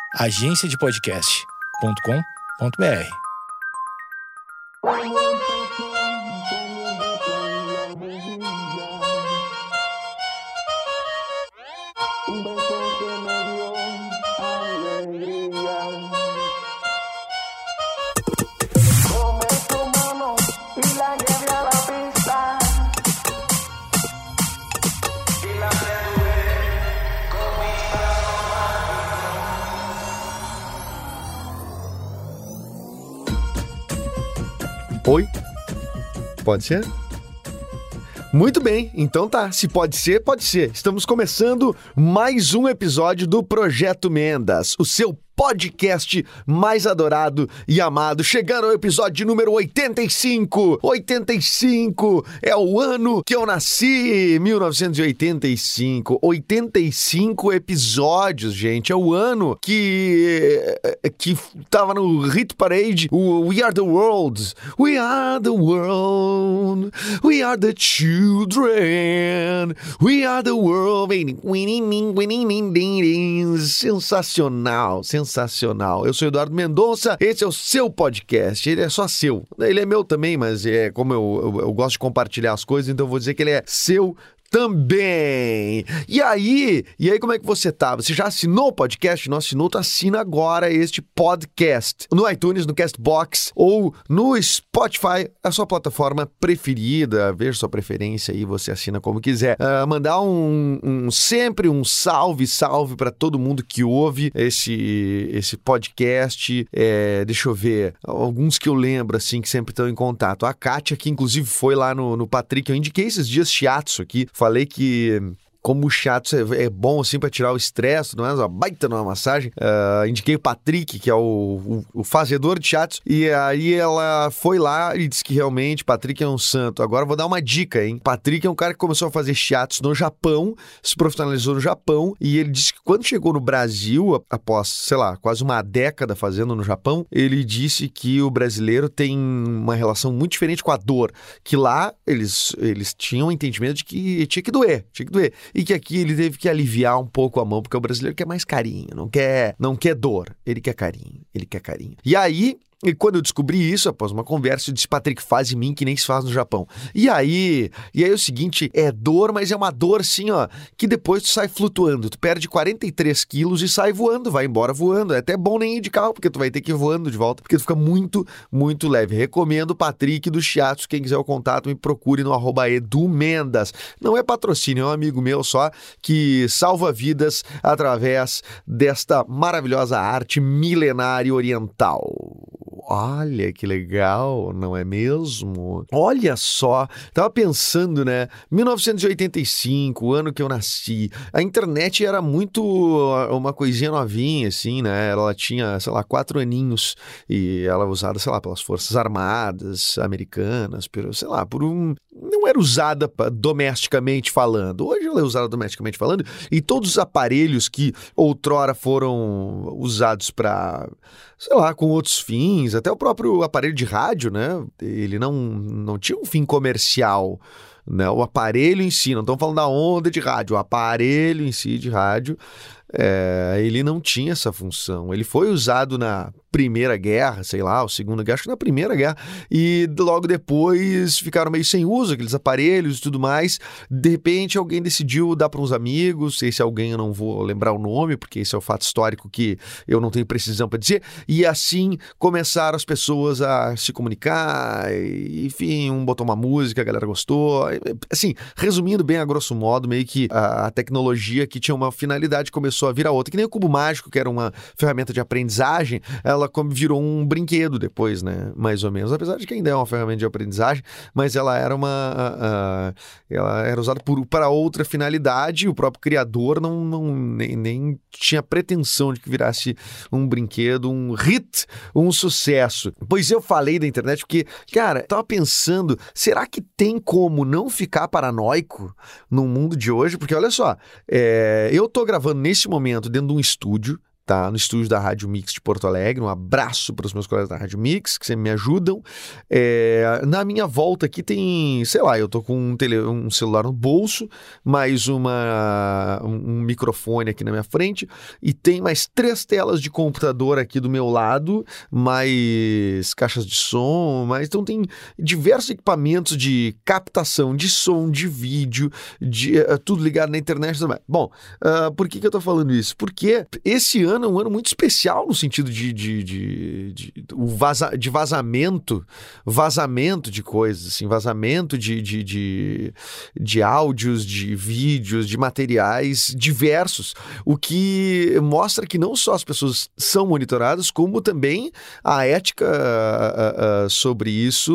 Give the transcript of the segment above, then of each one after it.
agenciadepodcast.com.br. Oi? Pode ser? Muito bem, então tá. Se pode ser, pode ser. Estamos começando mais um episódio do Projeto Mendas, o seu podcast mais adorado e amado, chegando ao episódio número 85. 85 é o ano que eu nasci, 1985. 85 episódios, gente. É o ano que tava no Hit Parade, o We Are the World. We are the world. We are the children. We are the world. Sensacional, sensacional. Eu sou Eduardo Mendonça, esse é o seu podcast, ele é só seu. Ele é meu também, mas é como eu gosto de compartilhar as coisas, então eu vou dizer que ele é seu também. E aí como é que você tá? Você já assinou o podcast? Não assinou? Tu assina agora este podcast no iTunes, no Castbox ou no Spotify, a sua plataforma preferida. Veja sua preferência aí, você assina como quiser. Mandar sempre um salve para todo mundo que ouve esse podcast. Deixa eu ver, alguns que eu lembro assim que sempre estão em contato. A Kátia, que inclusive foi lá no Patrick, eu indiquei esses dias shiatsu aqui. Falei que como o shiatsu é bom assim pra tirar o estresse, não é? Uma baita numa massagem. Indiquei o Patrick, que é o fazedor de shiatsu, e aí ela foi lá e disse que realmente Patrick é um santo. Agora eu vou dar uma dica, hein? Patrick é um cara que começou a fazer shiatsu no Japão, se profissionalizou no Japão, e ele disse que quando chegou no Brasil, após, sei lá, quase uma década fazendo no Japão, ele disse que o brasileiro tem uma relação muito diferente com a dor, que lá eles tinham o entendimento de que tinha que doer. E que aqui ele teve que aliviar um pouco a mão, porque o brasileiro quer mais carinho, não quer dor, ele quer carinho. E aí, quando eu descobri isso, após uma conversa, eu disse, Patrick, faz em mim que nem se faz no Japão. E aí é o seguinte, é dor, mas é uma dor assim, ó, que depois tu sai flutuando, tu perde 43 quilos e sai voando, vai embora voando. É até bom nem ir de carro, porque tu vai ter que ir voando de volta, porque tu fica muito, muito leve. Recomendo o Patrick do Shiatsu, quem quiser o contato, me procure no @edumendas. Não é patrocínio, é um amigo meu só, que salva vidas através desta maravilhosa arte milenária oriental. Olha que legal, não é mesmo? Olha só, tava pensando, né? 1985, o ano que eu nasci, a internet era muito uma coisinha novinha, assim, né? Ela tinha, sei lá, 4 aninhos e ela era usada, sei lá, pelas Forças Armadas Americanas, não era usada domesticamente falando. Hoje ela é usada domesticamente falando e todos os aparelhos que outrora foram usados para, sei lá, com outros fins, até o próprio aparelho de rádio, né? Ele não tinha um fim comercial, né? O aparelho em si, não estamos falando da onda de rádio, o aparelho em si de rádio, ele não tinha essa função. Ele foi usado na Primeira Guerra, sei lá, ou Segunda Guerra, acho que na Primeira Guerra, e logo depois ficaram meio sem uso, aqueles aparelhos e tudo mais. De repente alguém decidiu dar para uns amigos, esse alguém eu não vou lembrar o nome, porque esse é o fato histórico que eu não tenho precisão para dizer, e assim começaram as pessoas a se comunicar, enfim, um botou uma música, a galera gostou, assim, resumindo bem a grosso modo, meio que a tecnologia que tinha uma finalidade começou a virar outra, que nem o cubo mágico, que era uma ferramenta de aprendizagem, ela virou um brinquedo depois, né? Mais ou menos. Apesar de que ainda é uma ferramenta de aprendizagem, mas ela era ela era usada para outra finalidade. O próprio criador nem tinha pretensão de que virasse um brinquedo, um hit, um sucesso. Pois eu falei da internet porque, cara, eu tava pensando, será que tem como não ficar paranoico no mundo de hoje? Porque olha só, eu tô gravando nesse momento dentro de um estúdio, tá? No estúdio da Rádio Mix de Porto Alegre. Um abraço para os meus colegas da Rádio Mix, que sempre me ajudam. Na minha volta aqui tem, sei lá, eu tô com um celular no bolso, mais um microfone aqui na minha frente, e tem mais 3 telas de computador aqui do meu lado, mais caixas de som, então tem diversos equipamentos de captação de som, de vídeo, tudo ligado na internet também. Bom, por que eu tô falando isso? Porque esse ano é um ano muito especial no sentido de vazamento de coisas, assim, vazamento de áudios, de vídeos, de materiais diversos, o que mostra que não só as pessoas são monitoradas, como também a ética sobre isso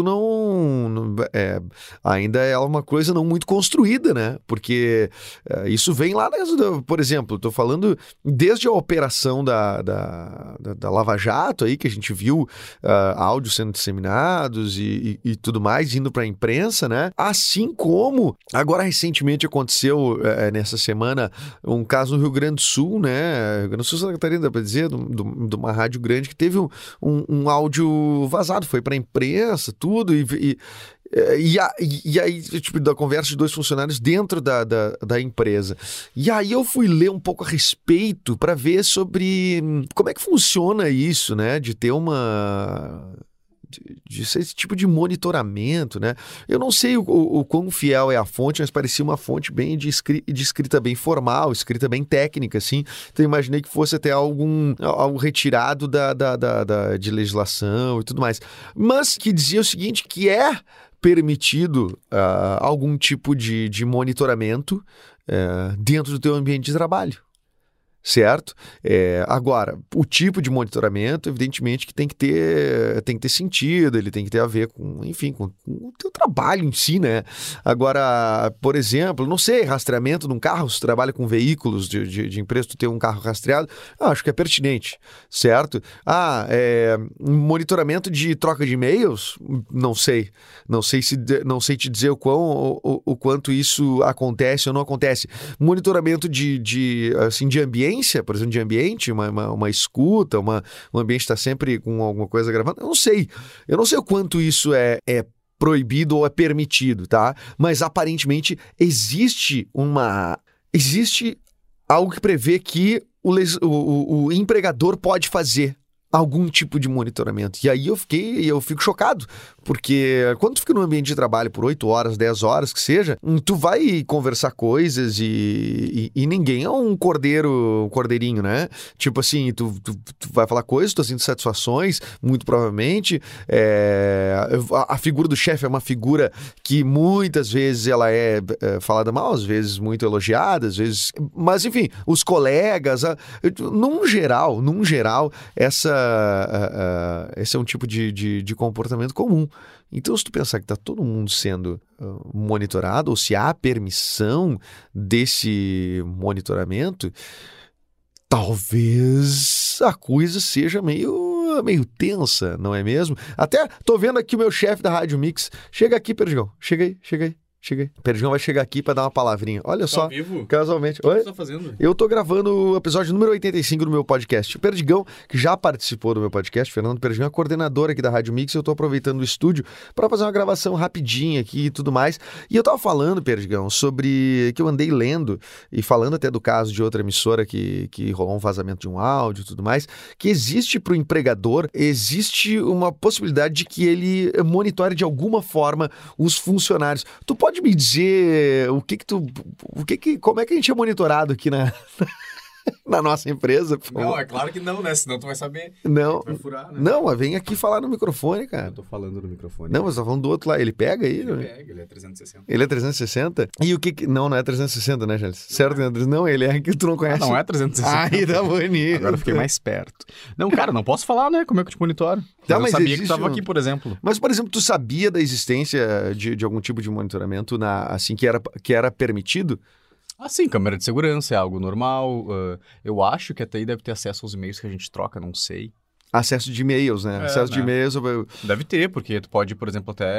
ainda é uma coisa não muito construída, né? Porque isso vem lá, por exemplo, estou falando desde a operação da Lava Jato aí, que a gente viu áudios sendo disseminados e tudo mais, indo para a imprensa, né? Assim como, agora recentemente aconteceu, nessa semana, um caso no Rio Grande do Sul, né? Rio Grande do Sul, Santa Catarina, dá para dizer, de uma rádio grande que teve um áudio vazado, foi para a imprensa, tudo, e aí, tipo, da conversa de 2 funcionários dentro da empresa. E aí eu fui ler um pouco a respeito para ver sobre como é que funciona isso, né? De ter esse tipo de monitoramento, né? Eu não sei o quão fiel é a fonte, mas parecia uma fonte bem de escrita bem formal, escrita bem técnica, assim. Então eu imaginei que fosse até algo retirado de legislação e tudo mais. Mas que dizia o seguinte, que é permitido algum tipo de monitoramento dentro do teu ambiente de trabalho. Certo? Agora, o tipo de monitoramento, evidentemente, que tem que ter sentido, ele tem que ter a ver com, enfim, com o teu trabalho em si, né? Agora, por exemplo, não sei, rastreamento de um carro, se tu trabalha com veículos de empresa, tu tem um carro rastreado, acho que é pertinente, certo? Monitoramento de troca de e-mails, não sei te dizer o quanto isso acontece ou não acontece. Monitoramento de ambiente, por exemplo, de ambiente, uma escuta, um ambiente está sempre com alguma coisa gravando, eu não sei o quanto isso é proibido ou é permitido, tá? Mas aparentemente existe algo que prevê que o empregador pode fazer algum tipo de monitoramento. E aí eu fico chocado, porque quando tu fica num ambiente de trabalho por 8 horas, 10 horas, que seja, tu vai conversar coisas e ninguém é um cordeirinho, né? Tipo assim, tu vai falar coisas, tu tá sentindo satisfações, muito provavelmente. A figura do chefe é uma figura que muitas vezes ela é falada mal, às vezes muito elogiada, às vezes... Mas, enfim, os colegas, num geral, esse é um tipo de comportamento comum. Então, se tu pensar que está todo mundo sendo monitorado, ou se há permissão desse monitoramento, talvez a coisa seja meio tensa, não é mesmo? Até tô vendo aqui o meu chefe da Rádio Mix. Chega aqui, Perdigão. Chega aí. Perdigão vai chegar aqui para dar uma palavrinha. Olha só, vivo? Casualmente. O que você tá fazendo? Eu tô gravando o episódio número 85 do meu podcast. O Perdigão, que já participou do meu podcast, Fernando Perdigão, é coordenador aqui da Rádio Mix, eu tô aproveitando o estúdio para fazer uma gravação rapidinha aqui e tudo mais. E eu tava falando, Perdigão, sobre que eu andei lendo e falando até do caso de outra emissora que rolou um vazamento de um áudio e tudo mais, que existe pro empregador, existe uma possibilidade de que ele monitore de alguma forma os funcionários. Tu pode me dizer como é que a gente é monitorado aqui na nossa empresa? Não, é claro que não, né? Senão tu vai saber. Não, vai furar, né? Não, mas vem aqui falar no microfone, cara. Eu tô falando no microfone. Não, mas tá falando do outro lá. Ele pega aí? Ele pega, ele é 360. Ele é 360? E o que... Não é 360, né, Charles? Certo? Não, ele é que tu não conhece. Não é 360. Ai, tá bonito. Agora eu fiquei mais perto. Não, cara, não posso falar, né? Como é que eu te monitoro? Tá, mas eu sabia que tu tava aqui, por exemplo. Mas, por exemplo, tu sabia da existência de algum tipo de monitoramento assim que era permitido? Ah, sim, câmera de segurança é algo normal. Eu acho que até aí deve ter acesso aos e-mails que a gente troca, não sei. Acesso de e-mails, né? Acesso de e-mails. Deve ter, porque tu pode, por exemplo, até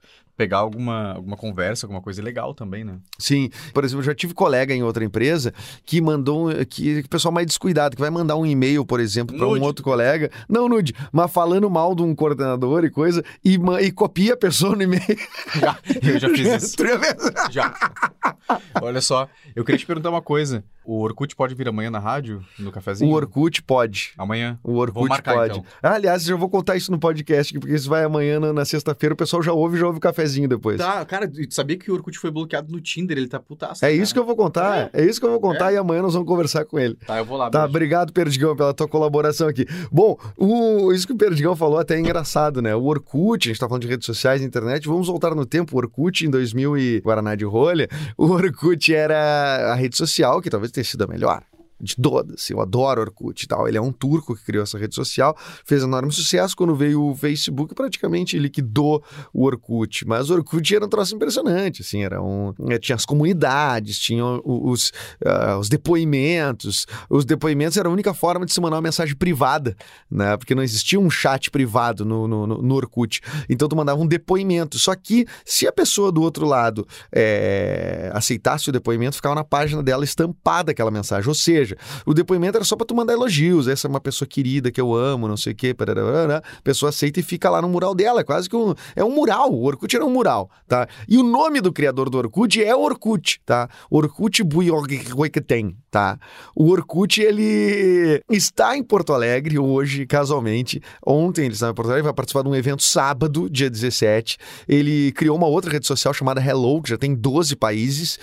pegar alguma conversa, alguma coisa legal também, né? Sim. Por exemplo, eu já tive colega em outra empresa que mandou, que o pessoal mais descuidado, que vai mandar um e-mail, por exemplo, para um Nude. outro colega, não nude, mas falando mal de um coordenador e coisa, e copia a pessoa no e-mail. Eu já fiz isso. Tu já fez? Já. Olha só, eu queria te perguntar uma coisa. O Orkut pode vir amanhã na rádio, no cafezinho? O Orkut pode. Amanhã? O Orkut Vou marcar, pode. então. Aliás, eu já vou contar isso no podcast, porque isso vai amanhã na sexta-feira, o pessoal já ouve o cafezinho depois. Tá, cara, tu sabia que o Orkut foi bloqueado no Tinder? Ele tá putaço. É isso que eu vou contar. É isso que eu vou contar e amanhã nós vamos conversar com ele. Tá, eu vou lá. Tá, beijo. obrigado, Perdigão, pela tua colaboração aqui. Bom, isso que o Perdigão falou até é engraçado, né? O Orkut, a gente tá falando de redes sociais e internet, vamos voltar no tempo. O Orkut, em 2000 e Guaraná de rolha, o Orkut era a rede social que talvez tenha sido a melhor de todas. Eu adoro Orkut e tal. Ele é um turco que criou essa rede social, fez enorme sucesso. Quando veio o Facebook, praticamente liquidou o Orkut. Mas o Orkut era um troço impressionante, assim, tinha as comunidades, tinha os depoimentos. Os depoimentos era a única forma de se mandar uma mensagem privada, né? Porque não existia um chat privado no Orkut. Então tu mandava um depoimento. Só que se a pessoa do outro lado aceitasse o depoimento, ficava na página dela estampada aquela mensagem. Ou seja, o depoimento era só pra tu mandar elogios. Essa é uma pessoa querida que eu amo, não sei o quê. A pessoa aceita e fica lá no mural dela. É quase que um mural. O Orkut era um mural, tá? E o nome do criador do Orkut é Orkut, tá? Orkut Buyogwekten, tá? O Orkut, ele está em Porto Alegre hoje, casualmente. Ontem ele estava em Porto Alegre, vai participar de um evento sábado, dia 17. Ele criou uma outra rede social chamada Hello, que já tem 12 países.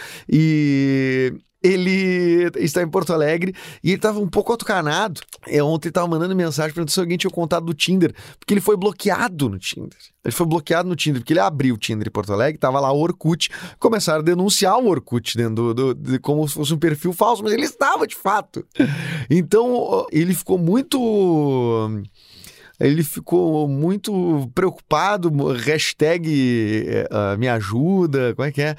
E ele está em Porto Alegre e ele estava um pouco atucanado. Ontem ele estava mandando mensagem perguntando se alguém tinha o contato do Tinder, porque ele foi bloqueado no Tinder. Ele foi bloqueado no Tinder, porque ele abriu o Tinder em Porto Alegre, estava lá o Orkut, começaram a denunciar o Orkut dentro como se fosse um perfil falso, mas ele estava de fato. Então, ele ficou muito preocupado, hashtag me ajuda, como é que é?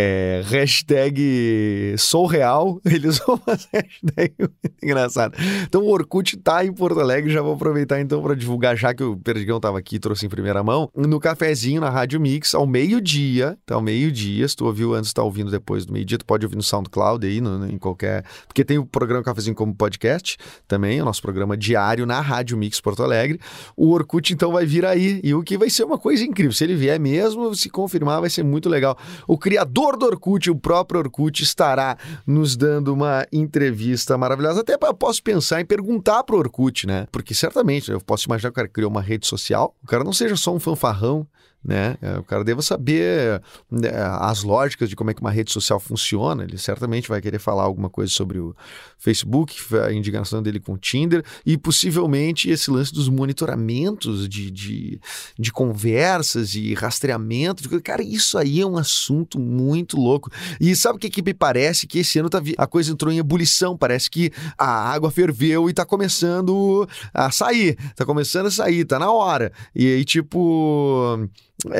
Hashtag sou real, ele usou uma hashtag muito engraçada. Então o Orkut tá em Porto Alegre, já vou aproveitar então para divulgar, já que o Perdigão tava aqui e trouxe em primeira mão, no cafezinho na Rádio Mix, ao meio-dia, se tu ouviu antes, tá ouvindo depois do meio-dia, tu pode ouvir no SoundCloud aí, em qualquer... Porque tem o programa Cafezinho como podcast também, o nosso programa diário na Rádio Mix Porto Alegre. O Orkut, então, vai vir aí, e o que vai ser uma coisa incrível. Se ele vier mesmo, se confirmar, vai ser muito legal. O criador do Orkut, o próprio Orkut, estará nos dando uma entrevista maravilhosa. Até eu posso pensar em perguntar pro Orkut, né? Porque certamente, eu posso imaginar que o cara criou uma rede social, o cara não seja só um fanfarrão, né? O cara deva saber as lógicas de como é que uma rede social funciona. Ele certamente vai querer falar alguma coisa sobre o Facebook, a indignação dele com o Tinder e possivelmente esse lance dos monitoramentos de conversas e rastreamento. Cara, isso aí é um assunto muito louco. E sabe o que me parece? Que esse ano a coisa entrou em ebulição. Parece que a água ferveu e tá começando a sair. Tá na hora. E aí, tipo...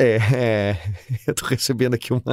eu tô recebendo aqui uma...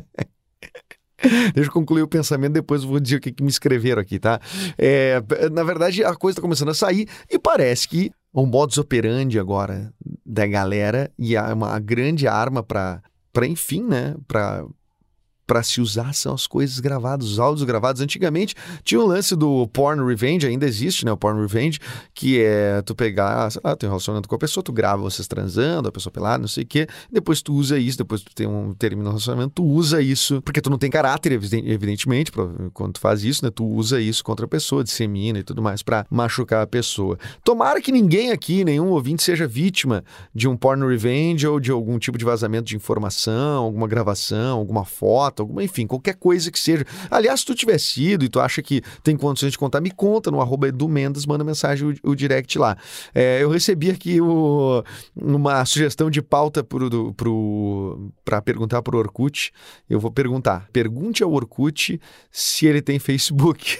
Deixa eu concluir o pensamento, depois eu vou dizer o que me escreveram aqui, tá? Na verdade, a coisa tá começando a sair e parece que o modus operandi agora da galera e uma grande arma pra enfim, né? Pra se usar são as coisas gravadas, os áudios gravados. Antigamente tinha o lance do porn revenge, ainda existe, né? O porn revenge, que é tu pegar, sei lá, tem um relacionamento com a pessoa, tu grava vocês transando, a pessoa pelada, não sei o quê, depois tu usa isso, depois tu termina o relacionamento, tu usa isso, porque tu não tem caráter, evidentemente, quando tu faz isso, né? Tu usa isso contra a pessoa, dissemina e tudo mais pra machucar a pessoa. Tomara que ninguém aqui, nenhum ouvinte, seja vítima de um porn revenge ou de algum tipo de vazamento de informação, alguma gravação, alguma foto, enfim, qualquer coisa que seja. Aliás, se tu tiver sido e tu acha que tem condições de contar, me conta no @EduMendes, manda mensagem o direct lá. Eu recebi aqui uma sugestão de pauta para perguntar pro Orkut. Eu vou perguntar. Pergunte ao Orkut se ele tem Facebook.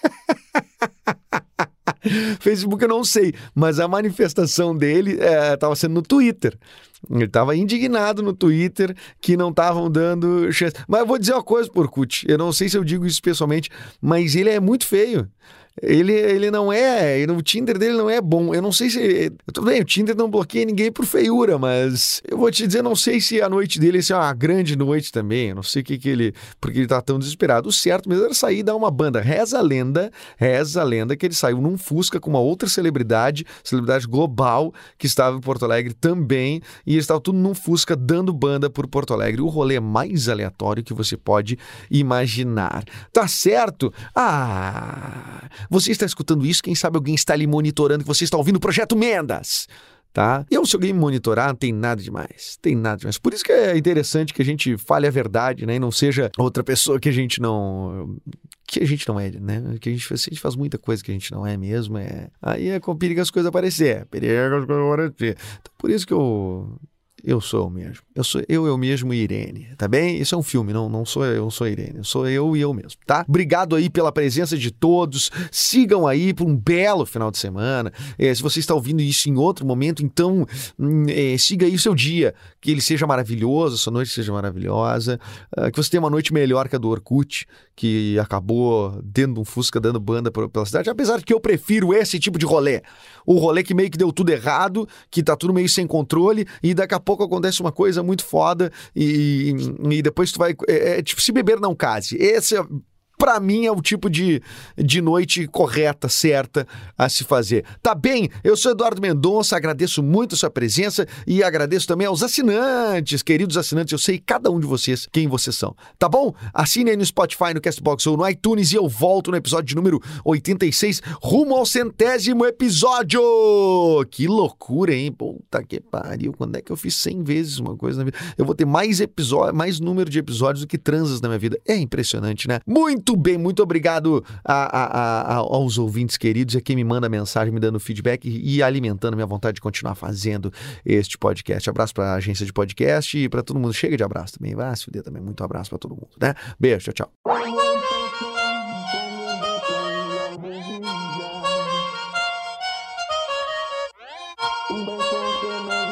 Facebook eu não sei, mas a manifestação dele estava sendo no Twitter. Ele estava indignado no Twitter que não estavam dando chance. Mas eu vou dizer uma coisa pro Orkut, eu não sei se eu digo isso pessoalmente, mas ele é muito feio. Ele não é... O Tinder dele não é bom. Eu não sei se... Tudo bem, o Tinder não bloqueia ninguém por feiura, mas eu vou te dizer, não sei se a noite dele é uma grande noite também. Eu não sei o que ele... Porque ele tá tão desesperado. O certo mesmo era sair e dar uma banda. Reza a lenda que ele saiu num Fusca com uma outra celebridade global, que estava em Porto Alegre também, e eles estavam tudo num Fusca dando banda por Porto Alegre. O rolê mais aleatório que você pode imaginar. Tá certo? Você está escutando isso, quem sabe alguém está ali monitorando que você está ouvindo o Projeto Mendas, tá? Se alguém me monitorar, não tem nada demais. Por isso que é interessante que a gente fale a verdade, né? E não seja outra pessoa que a gente não é, né? Que a gente faz muita coisa que a gente não é mesmo. Aí é com perigo as coisas aparecer. Então, por isso que eu sou eu mesmo. Eu mesmo e Irene, tá bem? Isso é um filme, não sou eu, não sou a Irene. Sou eu e eu mesmo, tá? Obrigado aí pela presença de todos. Sigam aí por um belo final de semana. Se você está ouvindo isso em outro momento, então siga aí o seu dia. Que ele seja maravilhoso, sua noite seja maravilhosa. Que você tenha uma noite melhor que a do Orkut, que acabou dentro de um Fusca dando banda pela cidade. Apesar de que eu prefiro esse tipo de rolê. O rolê que meio que deu tudo errado, que tá tudo meio sem controle, e daqui a pouco acontece uma coisa muito foda e depois tu vai... tipo, se beber não case. Esse, pra mim, é o tipo de noite correta, certa a se fazer. Tá bem? Eu sou Eduardo Mendonça, agradeço muito a sua presença e agradeço também aos assinantes, queridos assinantes. Eu sei cada um de vocês quem vocês são. Tá bom? Assine aí no Spotify, no Castbox ou no iTunes e eu volto no episódio de número 86, rumo ao 100º episódio! Que loucura, hein? Puta que pariu. Quando é que eu fiz 100 vezes uma coisa na vida? Eu vou ter mais número de episódios do que transas na minha vida. É impressionante, né? Muito bem, muito obrigado aos ouvintes queridos e a quem me manda mensagem, me dando feedback e alimentando minha vontade de continuar fazendo este podcast. Abraço pra agência de podcast e pra todo mundo. Chega de abraço também. Vai se fuder também. Muito abraço pra todo mundo, né? Beijo, tchau, tchau.